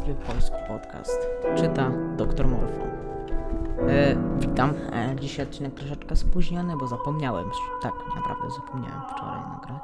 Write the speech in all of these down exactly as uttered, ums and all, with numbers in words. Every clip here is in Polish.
sobie polski podcast. Czyta doktor Morfo. E, witam. E, dzisiaj odcinek troszeczkę spóźniony, bo zapomniałem. Tak, naprawdę zapomniałem wczoraj nagrać.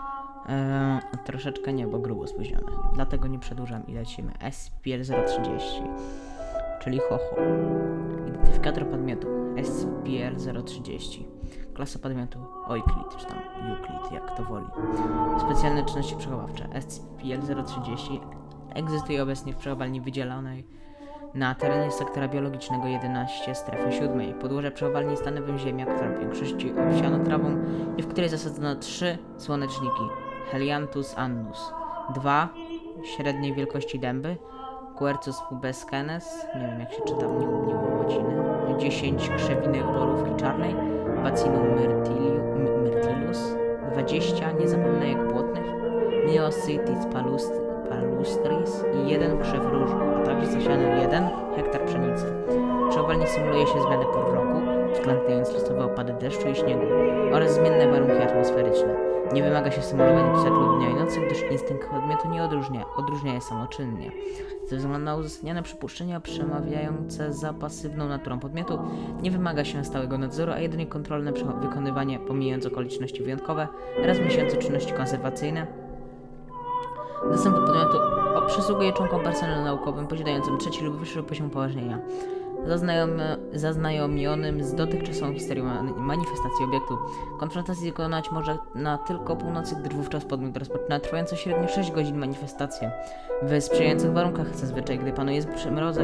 E, troszeczkę nie, bo grubo spóźniony. Dlatego nie przedłużam i lecimy. S P L zero trzydzieści, czyli HOHO. Identyfikator podmiotu S P L zero trzydzieści. Klasa podmiotu Euclid, czy tam Euclid, jak to woli. Specjalne czynności przechowawcze S P L zero trzydzieści egzystuje obecnie w przechowalni wydzielonej na terenie sektora biologicznego jedenaście strefy siódmej. Podłoże przechowalni stanowią ziemia, która w większości obsiano trawą i w której zasadzono trzy słoneczniki Helianthus annus, dwa średniej wielkości dęby Quercus pubescens, nie wiem jak się czyta, nie umiem łaciny, dziesięć krzewinek borówki czarnej Vaccinium myrtili- myrtilus, dwadzieścia niezapominajek błotnych Myocytis palust- palustris i jeden krzew różu, a także zasiano jeden hektar pszenicy. Przechowalnie symuluje się zmiany pór roku, uwzględniając losowe opady deszczu i śniegu oraz zmienne warunki atmosferyczne. Nie wymaga się symulowania cyklu dnia i nocy, gdyż instynkt podmiotu nie odróżnia, odróżnia je samoczynnie. Ze względu na uzasadnione przypuszczenia przemawiające za pasywną naturą podmiotu, nie wymaga się stałego nadzoru, a jedynie kontrolne wykonywanie, pomijając okoliczności wyjątkowe oraz miesiące czynności konserwacyjne. Dostęp do podmiotu przysługuje członkom personelu naukowym posiadającym trzeci lub wyższy poziom upoważnienia, Zaznajomy, zaznajomionym z dotychczasową historią manifestacji obiektu. Konfrontację dokonać może na tylko północy, gdyż wówczas podmiot rozpoczyna trwającą średnio sześć godzin manifestację. W sprzyjających warunkach, zazwyczaj gdy panuje przymrozek,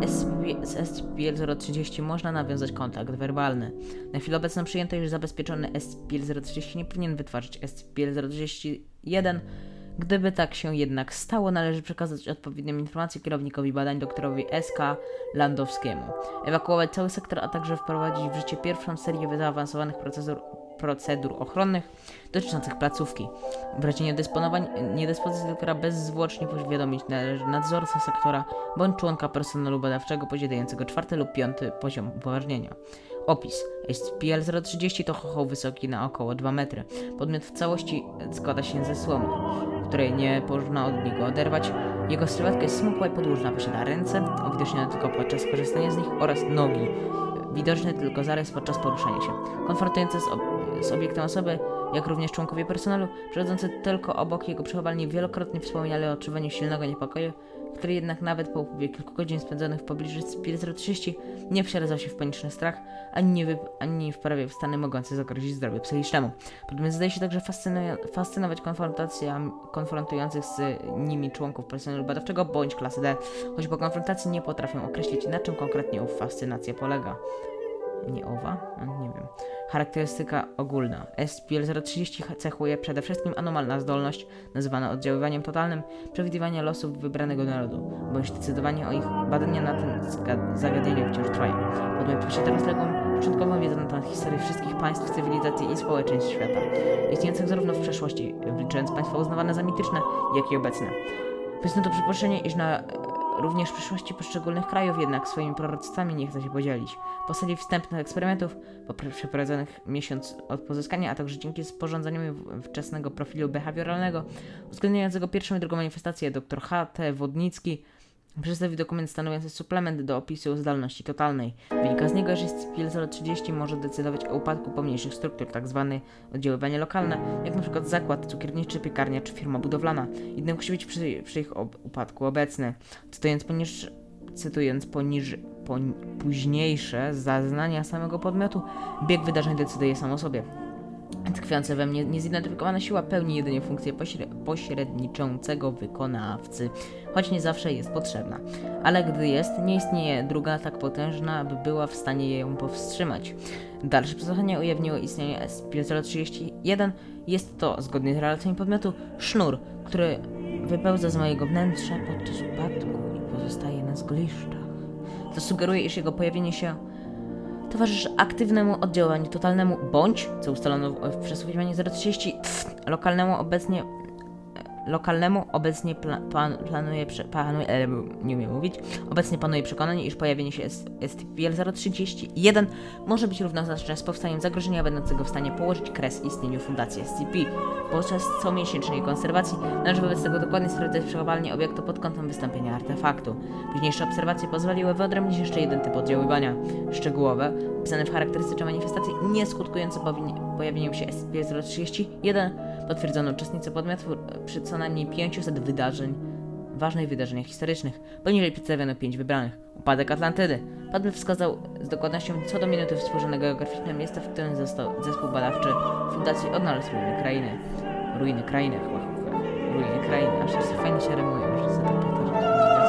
z S P L zero trzydzieści można nawiązać kontakt werbalny. Na chwilę obecną przyjęto, iż zabezpieczony S P L zero trzydzieści nie powinien wytwarzać S P L zero trzydzieści jeden. Gdyby tak się jednak stało, należy przekazać odpowiednią informację kierownikowi badań, doktorowi S K Landowskiemu, ewakuować cały sektor, a także wprowadzić w życie pierwszą serię zaawansowanych procedur, procedur ochronnych dotyczących placówki. W razie niedysponowań, niedyspozycji doktora bezzwłocznie powiadomić należy nadzorcę sektora bądź członka personelu badawczego posiadającego czwarty lub piąty poziom upoważnienia. Opis. S P L zero trzydzieści to chochoł wysoki na około dwa metry. Podmiot w całości składa się ze słomy, której nie można od niego oderwać. Jego sylwetka jest smukła i podłużna, posiada ręce, uwidocznione tylko podczas korzystania z nich, oraz nogi, widoczny tylko zarys podczas poruszania się. Konfrontujące z, ob z obiektem osoby, jak również członkowie personelu, przechodzący tylko obok jego przechowalni, wielokrotnie wspominali o odczuwaniu silnego niepokoju, który jednak nawet po upływie kilku godzin spędzonych w pobliżu S P L zero trzydzieści nie przeradzał się w paniczny strach, ani nie, ani nie wprawiał w stany mogące zagrozić zdrowiu psychicznemu. Podmiot zdaje się także fascynować konfrontacjami konfrontujących z nimi członków personelu badawczego bądź klasy D, choć po konfrontacji nie potrafią określić, na czym konkretnie ów fascynacja polega. Nie owa? Nie wiem. Charakterystyka ogólna. S P L zero trzydzieści cechuje przede wszystkim anomalna zdolność, nazywana oddziaływaniem totalnym, przewidywania losów wybranego narodu, bądź decydowanie o ich badania na tym zagadnieniu wciąż trwają. Podmiot posiada rozległą, początkową wiedzę na temat historii wszystkich państw, cywilizacji i społeczeństw świata, istniejących zarówno w przeszłości, wliczając państwa uznawane za mityczne, jak i obecne. Wysnuto to przypuszczenie, iż na również w przyszłości poszczególnych krajów jednak swoimi proroctwami nie chce się podzielić. Po serii wstępnych eksperymentów, po przeprowadzonych miesiąc od pozyskania, a także dzięki sporządzeniu wczesnego profilu behawioralnego, uwzględniającego pierwszą i drugą manifestację, dr H T Wodnicki przedstawił dokument stanowiący suplement do opisu zdolności totalnej. Wynika z niego, że S P L zero trzydzieści może decydować o upadku pomniejszych struktur, tzw. oddziaływanie lokalne, jak np. zakład cukierniczy, piekarnia czy firma budowlana. Jednak musi być przy, przy ich ob- upadku obecny. Cytując poniż, cytując poniż, pon, późniejsze zaznania samego podmiotu, bieg wydarzeń decyduje sam o sobie. Tkwiąca we mnie niezidentyfikowana siła pełni jedynie funkcję pośre- pośredniczącego wykonawcy, choć nie zawsze jest potrzebna. Ale gdy jest, nie istnieje druga tak potężna, by była w stanie ją powstrzymać. Dalsze przesłuchanie ujawniło istnienie S P L zero trzydzieści jeden. Jest to, zgodnie z relacjami podmiotu, sznur, który wypełza z mojego wnętrza podczas upadku i pozostaje na zgliszczach. To sugeruje, iż jego pojawienie się towarzyszy aktywnemu oddziaływaniu totalnemu bądź, co ustalono w przesłuchiwaniu zero trzydzieści, lokalnemu obecnie lokalnemu obecnie pla, plan, planuje, planuje e, nie umiem mówić, obecnie panuje przekonanie, iż pojawienie się S C P L zero trzydzieści jeden może być równoznaczne z powstaniem zagrożenia będącego w stanie położyć kres istnieniu Fundacji S C P. Podczas comiesięcznej konserwacji należy wobec tego dokładnie sprawdzać przechowanie obiektu pod kątem wystąpienia artefaktu. Późniejsze obserwacje pozwoliły wyodrębnić jeszcze jeden typ oddziaływania szczegółowe, opisane w charakterystycznej manifestacji, nie skutkujące pojawieniem się S C P zero trzydzieści jeden. Potwierdzono uczestnicę podmiotu przy co najmniej pięciuset wydarzeń, ważnych wydarzeniach historycznych. Poniżej przedstawiono pięć wybranych. Upadek Atlantydy. Podmiot wskazał z dokładnością co do minuty współrzędnego geograficzne miejsce, w którym został zespół badawczy Fundacji odnalazł ruiny krainy. Ruiny krainy, chyba. Ruiny krainy. Aż to fajnie się rymuje, że sobie tak powtarzać.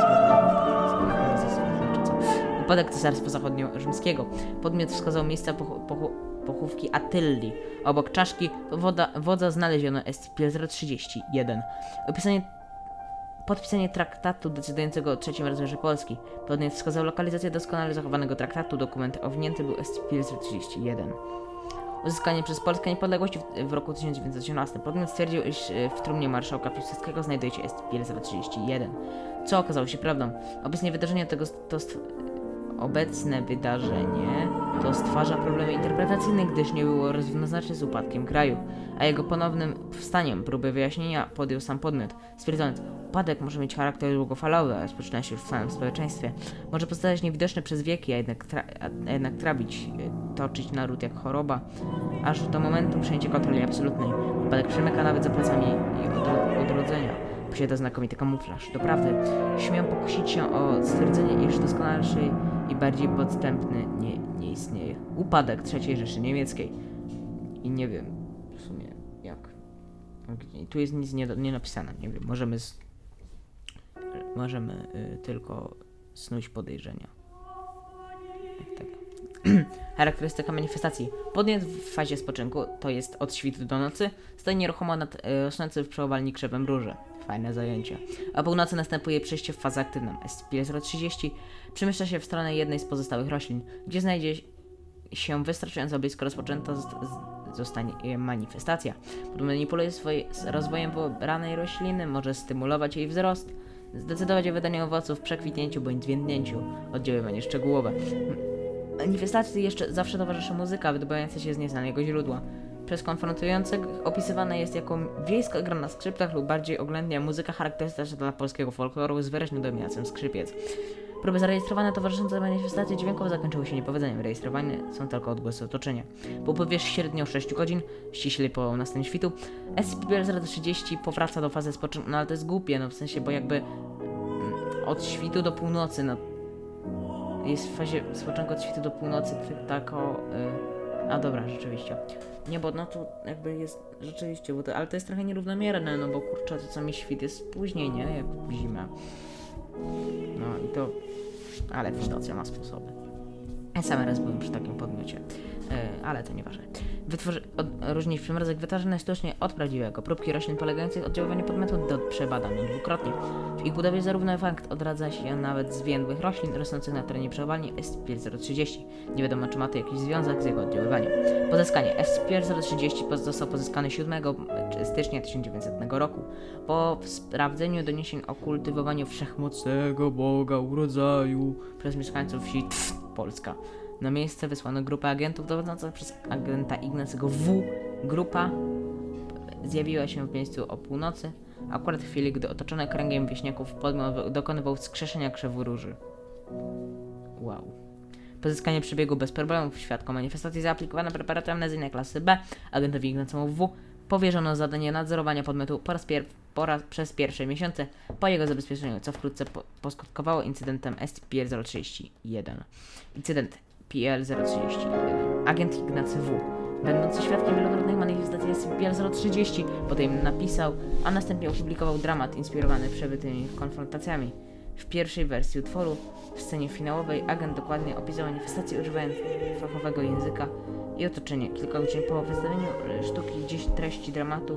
Upadek Cesarstwa Zachodnio-Rzymskiego. Podmiot wskazał miejsca poch poch pochówki Attylli. Obok czaszki woda, wodza znaleziono S C P zero trzydzieści jeden. Opisanie Podpisanie traktatu decydującego o trzecim rozmiarze Polski. Podmiot wskazał lokalizację doskonale zachowanego traktatu. Dokument owinięty był S C P zero trzydzieści jeden. Uzyskanie przez Polskę niepodległości w, w roku tysiąc dziewięćset osiemnastym. Podmiot stwierdził, iż w trumnie marszałka Piłsudskiego znajduje się S C P zero trzydzieści jeden. Co okazało się prawdą. Obecnie wydarzenie tego to Obecne wydarzenie to stwarza problemy interpretacyjne, gdyż nie było równoznaczne z upadkiem kraju, a jego ponownym powstaniem próby wyjaśnienia podjął sam podmiot, stwierdzając, upadek może mieć charakter długofalowy, a rozpoczyna się już w samym społeczeństwie. Może pozostawać niewidoczny przez wieki, a jednak, tra a jednak trawić, toczyć naród jak choroba, aż do momentu przejęcia kontroli absolutnej. Upadek przemyka nawet za plecami i od odrodzenia. Posiada znakomity kamuflaż. Doprawdy, śmiem pokusić się o stwierdzenie, iż doskonalszy i bardziej podstępny nie, nie istnieje. Upadek trzeciej Rzeszy Niemieckiej. I nie wiem w sumie jak. I tu jest nic nie, nie napisane. Nie wiem, możemy z, możemy y, tylko snuć podejrzenia. Tak. Charakterystyka manifestacji. Podmiot w fazie spoczynku, to jest od świtu do nocy, stoi nieruchomo nad y, rosnącym w przechowalni krzewem róży. Fajne zajęcie. A północy następuje przejście w fazę aktywną. S C P zero trzydzieści przemieszcza się w stronę jednej z pozostałych roślin, gdzie znajdzie się wystarczająco blisko rozpoczęta z, z, zostanie manifestacja. Podmiot manipuluje swoje, z rozwojem wybranej rośliny, może stymulować jej wzrost, zdecydować o wydaniu owoców, przekwitnięciu bądź zwiędnięciu, oddziaływanie szczegółowe. Manifestacji jeszcze zawsze towarzyszy muzyka wydobywająca się z nieznanego źródła. Przez konfrontujących opisywana jest jako wiejska gra na skrzypcach lub bardziej oględnie muzyka charakterystyczna dla polskiego folkloru z wyraźną dominacją skrzypiec. Próby zarejestrowane towarzyszące manifestacje dźwiękowe zakończyły się niepowodzeniem. Rejestrowane są tylko odgłosy otoczenia. Po upływie średnio sześciu godzin, ściślej po następnym świtu, S C P zero trzydzieści powraca do fazy spoczynku, no ale to jest głupie, no w sensie, bo jakby od świtu do północy, no jest w fazie spoczynku od świtu do północy, tak o... Yy, a dobra, rzeczywiście. Nie, bo no to jakby jest rzeczywiście, bo to, ale to jest trochę nierównomierne, no bo kurczę, to co mi świt jest później, nie? Jak w zimę. No i to... Ale fundacja ma sposoby. Ja sam raz byłem przy takim podmiocie, yy, ale to nieważne. Wytworzy... Od... Różnić przymrozek wytarzany sztucznie od prawdziwego. Próbki roślin polegających oddziaływaniu podmiotu do przebadano dwukrotnie. W ich budowie zarówno fakt odradza się nawet zwiędłych roślin rosnących na terenie przewalni S C P zero trzydzieści. Nie wiadomo, czy ma to jakiś związek z jego oddziaływaniem. Pozyskanie S C P zero trzydzieści został pozyskany siódmego stycznia tysiąc dziewięćsetnego roku. Po sprawdzeniu doniesień o kultywowaniu wszechmocnego Boga urodzaju przez mieszkańców wsi pff, Polska. Na miejsce wysłano grupę agentów dowodzącą przez agenta Ignacego W. Grupa zjawiła się w miejscu o północy, akurat w chwili, gdy otoczony kręgiem wieśniaków podmiot dokonywał wskrzeszenia krzewu róży. Wow. Pozyskanie przebiegu bez problemów. Świadkom manifestacji zaaplikowano preparaty amnezyjne klasy B. Agentowi Ignacemu W. powierzono zadanie nadzorowania podmiotu po raz pier po raz przez pierwsze miesiące po jego zabezpieczeniu, co wkrótce po poskutkowało incydentem S C P zero trzydzieści jeden. Incydent P L zero trzydzieści jeden. Agent Ignacy W. będący świadkiem wielokrotnych manifestacji S C P zero trzydzieści, potem napisał, a następnie opublikował dramat inspirowany przebytymi konfrontacjami. W pierwszej wersji utworu, w scenie finałowej, agent dokładnie opisał manifestację używając fachowego języka i otoczenie. Kilka godzin po wystawieniu sztuki gdzieś treści dramatu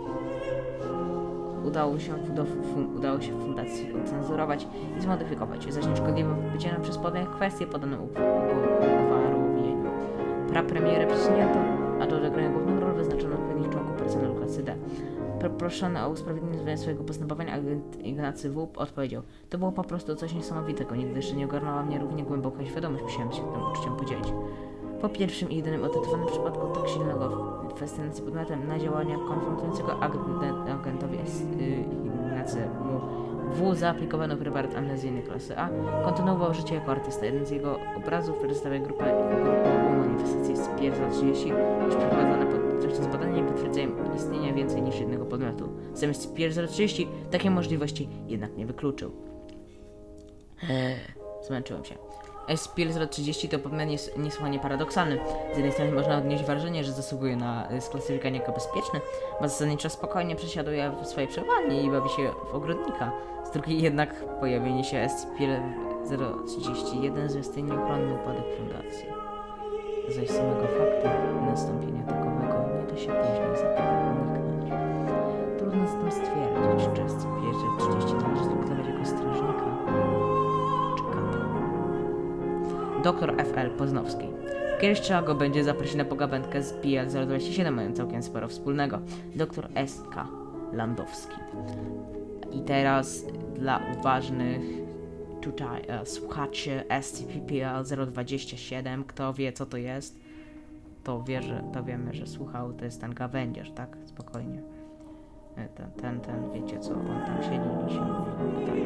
udało się, udało się fundacji ocenzurować i zmodyfikować, zaś nieszkodliwe wypowiedziano przez podmiot kwestie podane uwarowieniu. Prapremierę przesunięto, a do odegrania główną rolę wyznaczono odpowiednich członków personelu klasy D. Proszony o usprawiedliwienie swojego postępowania, agent Ignacy W. odpowiedział: to było po prostu coś niesamowitego. Nigdy jeszcze nie ogarnęła mnie równie głęboka świadomość. Musiałem się tym uczuciem podzielić. Po pierwszym i jedynym odnotowanym przypadku tak silnego fascynacji podmiotem na działania konfrontującego agent, agentowi Ignacemu W. zaaplikowano preparat amnezyjny klasy A. Kontynuował życie jako artysta. Jeden z jego obrazów przedstawia grupę, grupową manifestację z P R zero trzydzieści, już przeprowadzone podczas badania nie potwierdzają istnienia więcej niż jednego podmiotu. Zamiast P R zero trzydzieści takiej możliwości jednak nie wykluczył. Eee, zmęczyłem się. S P R zero trzydzieści to podmiot nies niesłychanie paradoksalny. Z jednej strony można odnieść wrażenie, że zasługuje na y, sklasyfikowanie jako bezpieczny, bo zasadniczo spokojnie przesiaduje w swojej przewalni i bawi się w ogrodnika. Z drugiej jednak pojawienie się S C P zero trzydzieści jeden zwiastuje nieuchronny upadek fundacji. Zaś samego faktu nastąpienia takowego nie da się później zapewne uniknąć. Trudno zatem stwierdzić, czy S C P zero trzydzieści należy traktować jako strażnika, czy kata. Doktor F L Poznowski. Kiedyś trzeba go będzie zaprosić na pogawędkę z P L zero dwadzieścia siedem, mają całkiem sporo wspólnego. Doktor S K Landowski. I teraz dla uważnych tutaj e, słuchaczy S C P L zero dwadzieścia siedem, kto wie co to jest, to wie, że to wiemy, że słuchał, to jest ten gawędziarz, tak? Spokojnie. E, ten, ten, ten, wiecie co, on tam siedzi i się tutaj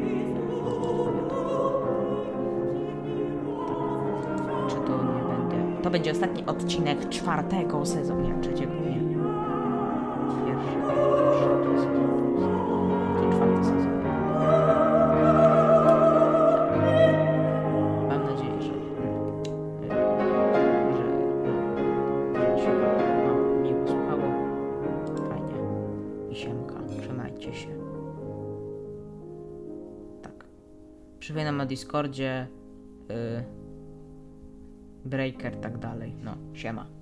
Czy to nie będzie... To będzie ostatni odcinek czwartego sezonu, nie, trzeciego, nie. Pierwszy, pierwszy, to jest to czwarty sezon. Mam nadzieję, że, że, że się wam miło słuchało. Fajnie. I siemka. Trzymajcie się. Tak. Przypominam na Discordzie. Yy, Breaker, tak dalej. No, siema.